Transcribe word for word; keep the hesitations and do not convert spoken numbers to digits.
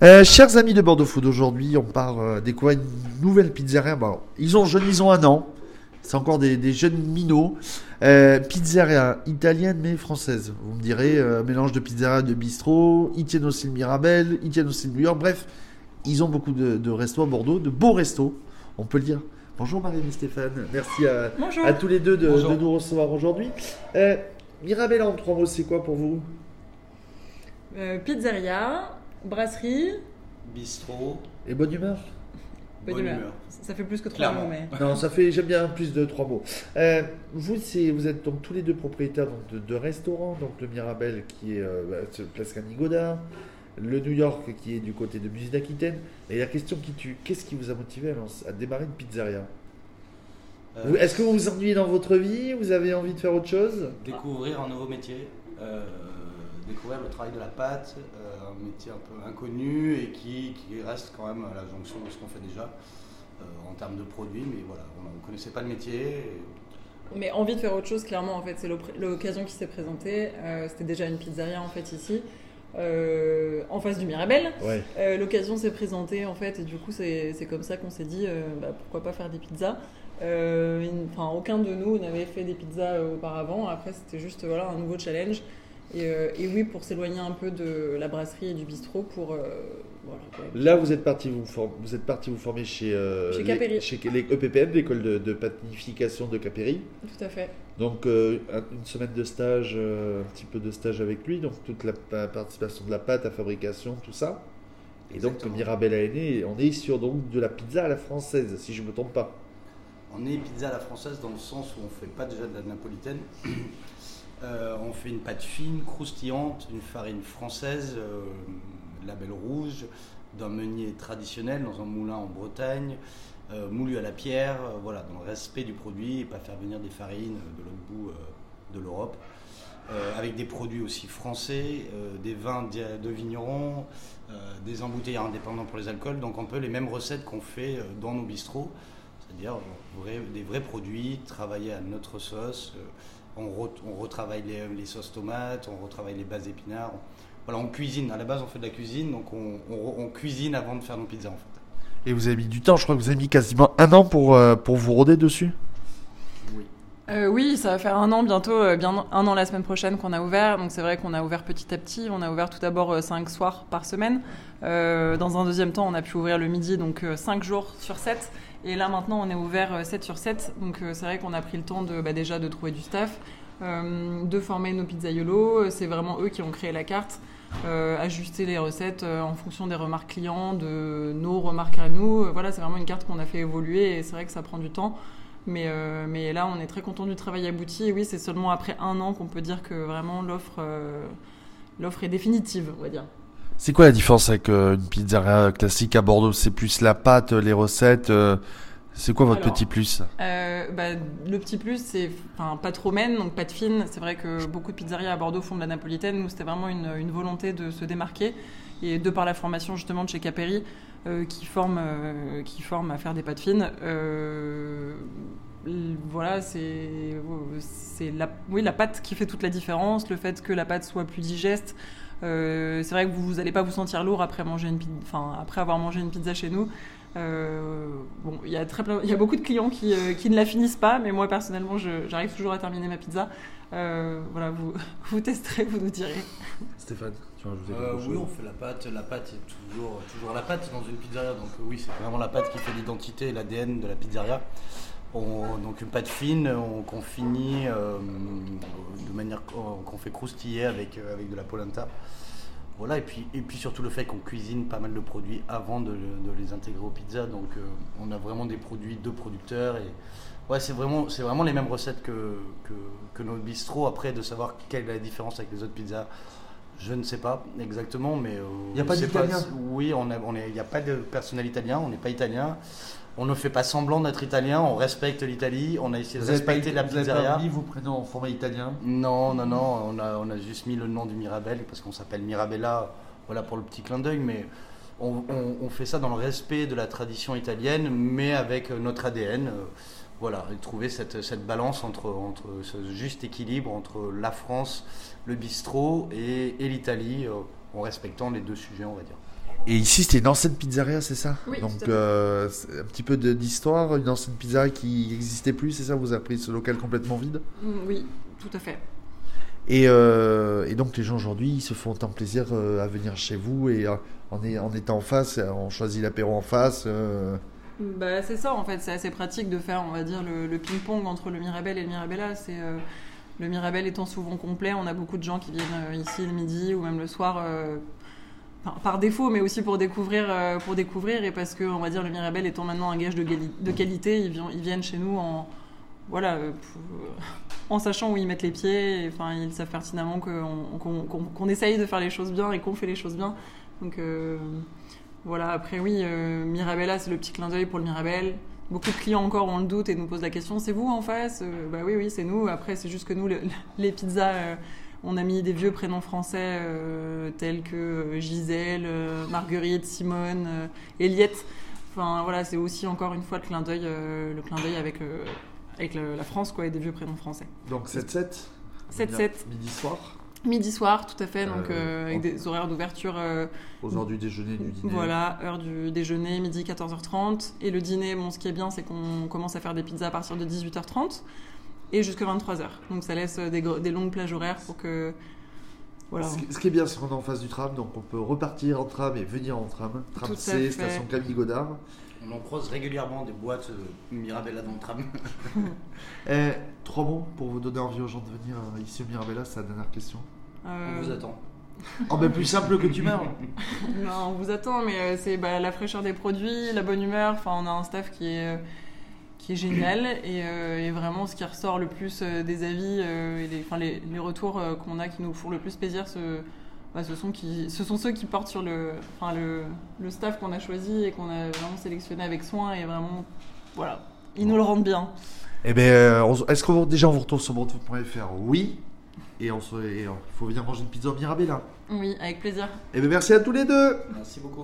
Euh, chers amis de Bordeaux Food, aujourd'hui on part euh, découvrir une nouvelle pizzeria. Bon, ils ont jeunes, ils ont un an. C'est encore des, des jeunes minots. Euh, pizzeria italienne mais française. Vous me direz, euh, mélange de pizzeria, de bistrot. Ils tiennent aussi le Mirabel, ils tiennent aussi le New York. Bref, ils ont beaucoup de, de restos à Bordeaux, de beaux restos, on peut le dire. Bonjour Marianne et Stéphane, merci à, à tous les deux de, de nous recevoir aujourd'hui. Euh, Mirabel en trois mots, c'est quoi pour vous? euh, Pizzeria, brasserie, bistrot et bonne humeur. Bonne, bonne humeur. humeur. Ça fait plus que trois mots, mais. Non, ça fait, j'aime bien plus de trois mots. Euh, vous, c'est, vous êtes donc tous les deux propriétaires donc, de, de restaurants, donc le Mirabel qui est euh, bah, place Camille Godard, le New York qui est du côté de Musée d'Aquitaine. Et la question qui tue, qu'est-ce qui vous a motivé à, à démarrer une pizzeria? euh, Est-ce que vous vous ennuyez dans votre vie? Vous avez envie de faire autre chose? Découvrir un nouveau métier, euh, découvrir le travail de la pâte, euh, un métier un peu inconnu et qui, qui reste quand même à la jonction de ce qu'on fait déjà. Euh, en termes de produits, mais voilà, on ne connaissait pas le métier. Et... Mais envie de faire autre chose, clairement, en fait, c'est l'occasion qui s'est présentée. Euh, C'était déjà une pizzeria, en fait, ici, euh, en face du Mirabel. Ouais. Euh, l'occasion s'est présentée, en fait, et du coup, c'est comme ça qu'on s'est dit, euh, bah, pourquoi pas faire des pizzas. Euh, Enfin, aucun de nous n'avait fait des pizzas auparavant. Après, c'était juste voilà, un nouveau challenge. Et, euh, et oui, pour s'éloigner un peu de la brasserie et du bistrot, pour... Euh, Voilà. Là, vous êtes parti vous, form... vous êtes parti vous former chez, euh, chez Capéry, les, chez les E P P M, l'école de, de pâtification de Capéry. Tout à fait. Donc, euh, une semaine de stage, euh, un petit peu de stage avec lui, donc toute la participation de la pâte, la fabrication, tout ça. Et Exactement. Donc, Mirabel est né, on est sur donc, de la pizza à la française, si je ne me trompe pas. On est pizza à la française dans le sens où on ne fait pas déjà de la napolitaine. euh, on fait une pâte fine, croustillante, une farine française. Euh, label rouge, d'un meunier traditionnel dans un moulin en Bretagne, euh, moulu à la pierre, euh, voilà, dans le respect du produit et pas faire venir des farines de l'autre bout euh, de l'Europe, euh, avec des produits aussi français, euh, des vins de vignerons, euh, des embouteilleurs indépendants pour les alcools, donc un peu les mêmes recettes qu'on fait dans nos bistrots, c'est-à-dire vrai, des vrais produits, travaillés à notre sauce, euh, on, re, on retravaille les, les sauces tomates, on retravaille les bases épinards. Voilà, on cuisine. À la base, on fait de la cuisine, donc on, on, on cuisine avant de faire nos pizzas, en fait. Et vous avez mis du temps, je crois que vous avez mis quasiment un an pour, euh, pour vous rôder dessus? Oui. Euh, oui, ça va faire un an bientôt, euh, bien un an la semaine prochaine qu'on a ouvert. Donc c'est vrai qu'on a ouvert petit à petit. On a ouvert tout d'abord euh, cinq soirs par semaine. Euh, dans un deuxième temps, on a pu ouvrir le midi, donc euh, cinq jours sur sept. Et là, maintenant, on est ouvert euh, sept sur sept. Donc euh, c'est vrai qu'on a pris le temps de, bah, déjà de trouver du staff, euh, de former nos pizzaiolos. C'est vraiment eux qui ont créé la carte. Euh, ajuster les recettes euh, en fonction des remarques clients, de nos remarques à nous. Euh, voilà, c'est vraiment une carte qu'on a fait évoluer et c'est vrai que ça prend du temps. Mais, euh, mais là, on est très content du travail abouti. Et oui, c'est seulement après un an qu'on peut dire que vraiment l'offre euh, l'offre est définitive, on va dire. C'est quoi la différence avec euh, une pizzeria classique à Bordeaux? C'est plus la pâte, les recettes euh... C'est quoi votre Alors, petit plus? euh, bah, Le petit plus, c'est pâte romaine, donc pâte fine. C'est vrai que beaucoup de pizzerias à Bordeaux font de la napolitaine. Nous, c'était vraiment une, une volonté de se démarquer. Et de par la formation justement de chez Capéry, euh, qui, forme, euh, qui forme à faire des pâtes fines, euh, voilà, c'est la, oui, la pâte qui fait toute la différence. Le fait que la pâte soit plus digeste. Euh, c'est vrai que vous n'allez pas vous sentir lourd après, manger une, enfin, après avoir mangé une pizza chez nous. Euh, bon, il y a très plein, il y a beaucoup de clients qui, euh, qui ne la finissent pas, mais moi personnellement, j'arrive toujours à terminer ma pizza. Euh, voilà, vous, vous testerez, vous nous direz. Stéphane, tu veux rajouter euh, quelque chose? Oui, on fait la pâte. La pâte est toujours, toujours la pâte dans une pizzeria, donc oui, c'est vraiment la pâte qui fait l'identité et l'A D N de la pizzeria. On, donc une pâte fine qu'on finit euh, de manière qu'on fait croustiller avec, avec de la polenta. Voilà, et puis, et puis surtout le fait qu'on cuisine pas mal de produits avant de, de les intégrer aux pizzas. Donc euh, on a vraiment des produits de producteurs. Et ouais, c'est vraiment, c'est vraiment les mêmes recettes que, que, que notre bistrot. Après, de savoir quelle est la différence avec les autres pizzas, je ne sais pas exactement. Mais il euh, n'y a pas d'italien? Oui, il n'y a, a pas de personnel italien, on n'est pas italien. On ne fait pas semblant d'être italien, on respecte l'Italie, on a essayé de vous respecter pas, la vous pizzeria. Vous avez pas mis vos prénoms en format italien? Non, non, non, on a, on a juste mis le nom du Mirabel parce qu'on s'appelle Mirabella, voilà pour le petit clin d'œil, mais on, on, on fait ça dans le respect de la tradition italienne, mais avec notre A D N. Euh, voilà, et trouver cette, cette balance entre, entre ce juste équilibre entre la France, le bistrot et, et l'Italie, euh, en respectant les deux sujets, on va dire. Et ici, c'était une ancienne pizzeria, c'est ça? Oui, donc, tout à fait. euh, c'est un petit peu de- d'histoire, une ancienne pizzeria qui n'existait plus, c'est ça? Vous avez pris ce local complètement vide? Mm, Oui, tout à fait. Et, euh, et donc, les gens aujourd'hui, ils se font autant plaisir euh, à venir chez vous et euh, en, est, en étant en face, on choisit l'apéro en face. euh, Bah, c'est ça, en fait. C'est assez pratique de faire, on va dire, le, le ping-pong entre le Mirabelle et le Mirabella. C'est, euh, le Mirabelle étant souvent complet, on a beaucoup de gens qui viennent euh, ici le midi ou même le soir, euh, par, par défaut, mais aussi pour découvrir, euh, pour découvrir et parce que, on va dire, le Mirabelle étant maintenant un gage de, gali- de qualité, ils, vi- ils viennent chez nous en, voilà, euh, pour- en sachant où ils mettent les pieds. Et, enfin, ils savent pertinemment qu'on, qu'on, qu'on- qu'on essaye de faire les choses bien et qu'on fait les choses bien. Donc, euh, voilà. Après, oui, euh, Mirabella, c'est le petit clin d'œil pour le Mirabelle. Beaucoup de clients encore ont le doute et nous posent la question, c'est vous en face? Euh, Bah oui, oui, c'est nous. Après, c'est juste que nous, le- les pizzas, euh, on a mis des vieux prénoms français euh, tels que euh, Gisèle, euh, Marguerite, Simone, euh, Eliette. Enfin, voilà, c'est aussi encore une fois le clin d'œil, euh, le clin d'œil avec, euh, avec le- la France, quoi, et des vieux prénoms français. Donc, sept sept sept sept. Midi soir, Midi soir, tout à fait, donc Euh, euh, avec en- des horaires d'ouverture. euh, aux heures du déjeuner, du dîner. Voilà, heure du déjeuner, midi quatorze heures trente. Et le dîner, bon, ce qui est bien, c'est qu'on commence à faire des pizzas à partir de dix-huit heures trente et jusqu'à vingt-trois heures. Donc ça laisse des, gros- des longues plages horaires pour que. Voilà. Ce qui- ce qui est bien, c'est qu'on est en face du tram, donc on peut repartir en tram et venir en tram. Tram Tout à C, fait. station Camille Godard. On en croise régulièrement des boîtes euh, Mirabella dans le tram. Eh, trois mots pour vous donner envie aux gens de venir euh, ici au Mirabella, c'est la dernière question. Euh, On vous attend. Oh, ben plus simple que tu meurs. non, on vous attend, mais euh, c'est bah, la fraîcheur des produits, la bonne humeur. Enfin, on a un staff qui est, euh, qui est génial et, euh, et vraiment ce qui ressort le plus euh, des avis euh, et les, enfin, les, les retours euh, qu'on a qui nous font le plus plaisir, ce, bah, ce, sont, qui, ce sont ceux qui portent sur le, enfin, le, le staff qu'on a choisi et qu'on a vraiment sélectionné avec soin et vraiment, voilà, ils nous le rendent bien. Eh ben, euh, on se- est-ce qu'on déjà on vous retrouve sur bon point f r? Oui. Et on se, et, euh, il faut venir manger une pizza au Mirabella. Oui, avec plaisir. Eh ben merci à tous les deux. Merci beaucoup.